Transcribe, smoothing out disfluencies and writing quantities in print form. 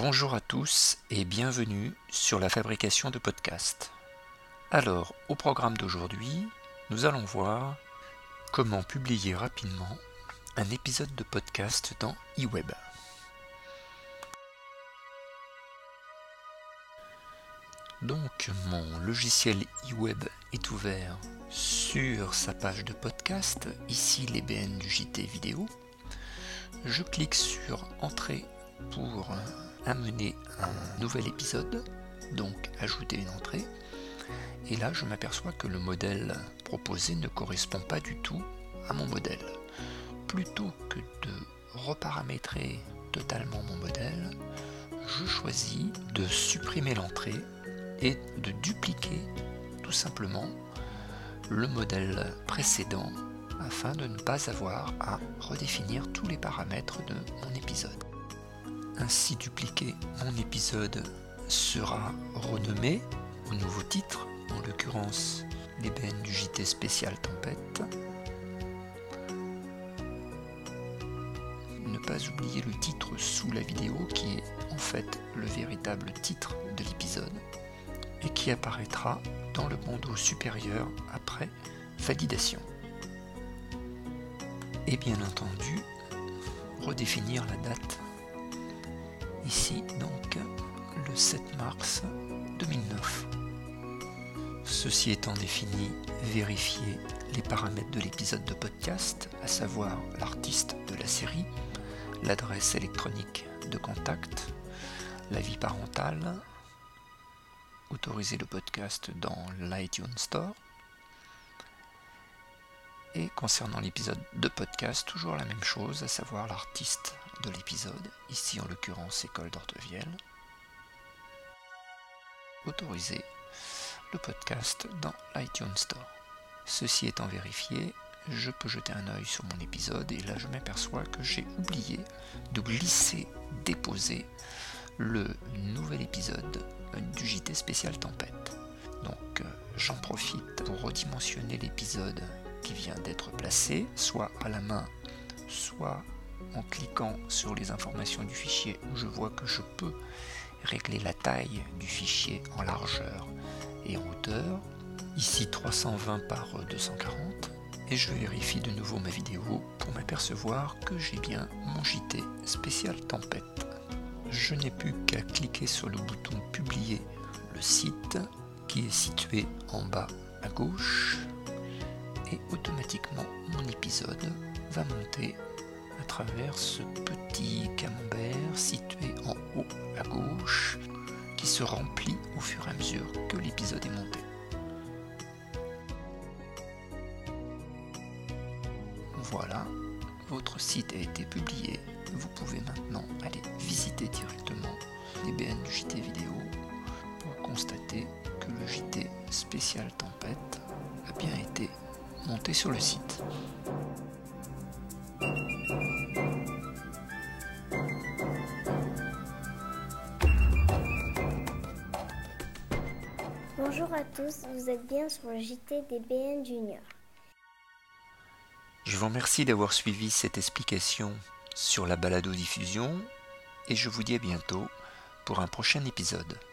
Bonjour à tous et bienvenue sur la fabrication de podcasts. Alors, au programme d'aujourd'hui, nous allons voir comment publier rapidement un épisode de podcast dans eWeb. Donc, mon logiciel eWeb est ouvert sur sa page de podcast, ici les BN du JT vidéo. Je clique sur Entrée pour amener un nouvel épisode, donc ajouter une entrée. Et là, je m'aperçois que le modèle proposé ne correspond pas du tout à mon modèle. Plutôt que de reparamétrer totalement mon modèle, je choisis de supprimer l'entrée et de dupliquer tout simplement le modèle précédent afin de ne pas avoir à redéfinir tous les paramètres de mon épisode. Ainsi dupliqué, mon épisode sera renommé au nouveau titre, en l'occurrence les BN du JT spécial Tempête. Ne pas oublier le titre sous la vidéo qui est en fait le véritable titre de l'épisode et qui apparaîtra dans le bandeau supérieur après validation. Et bien entendu, redéfinir la date. Ici donc le 7 mars 2009. Ceci étant défini, vérifier les paramètres de l'épisode de podcast, à savoir l'artiste de la série, l'adresse électronique de contact, l'avis parental, autoriser le podcast dans l'iTunes Store. Et concernant l'épisode de podcast, toujours la même chose, à savoir l'artiste de l'épisode, ici en l'occurrence École d'Ortevielle. Autoriser le podcast dans l'iTunes Store. Ceci étant vérifié, je peux jeter un œil sur mon épisode et là je m'aperçois que j'ai oublié de déposer le nouvel épisode du JT spécial Tempête. Donc j'en profite pour redimensionner l'épisode qui vient d'être placé, soit à la main, soit en cliquant sur les informations du fichier où je vois que je peux régler la taille du fichier en largeur et en hauteur, ici 320 par 240, et je vérifie de nouveau ma vidéo pour m'apercevoir que j'ai bien mon JT spécial Tempête. Je n'ai plus qu'à cliquer sur le bouton publier le site qui est situé en bas à gauche et automatiquement mon épisode va monter à travers ce petit camembert situé en haut à gauche qui se remplit au fur et à mesure que l'épisode est monté. Voilà, votre site a été publié. Vous pouvez maintenant aller visiter directement les BN du JT vidéo pour constater que le JT spécial Tempête a bien été monté sur le site. Bonjour à tous, vous êtes bien sur le JT des BN Junior. Je vous remercie d'avoir suivi cette explication sur la balado-diffusion et je vous dis à bientôt pour un prochain épisode.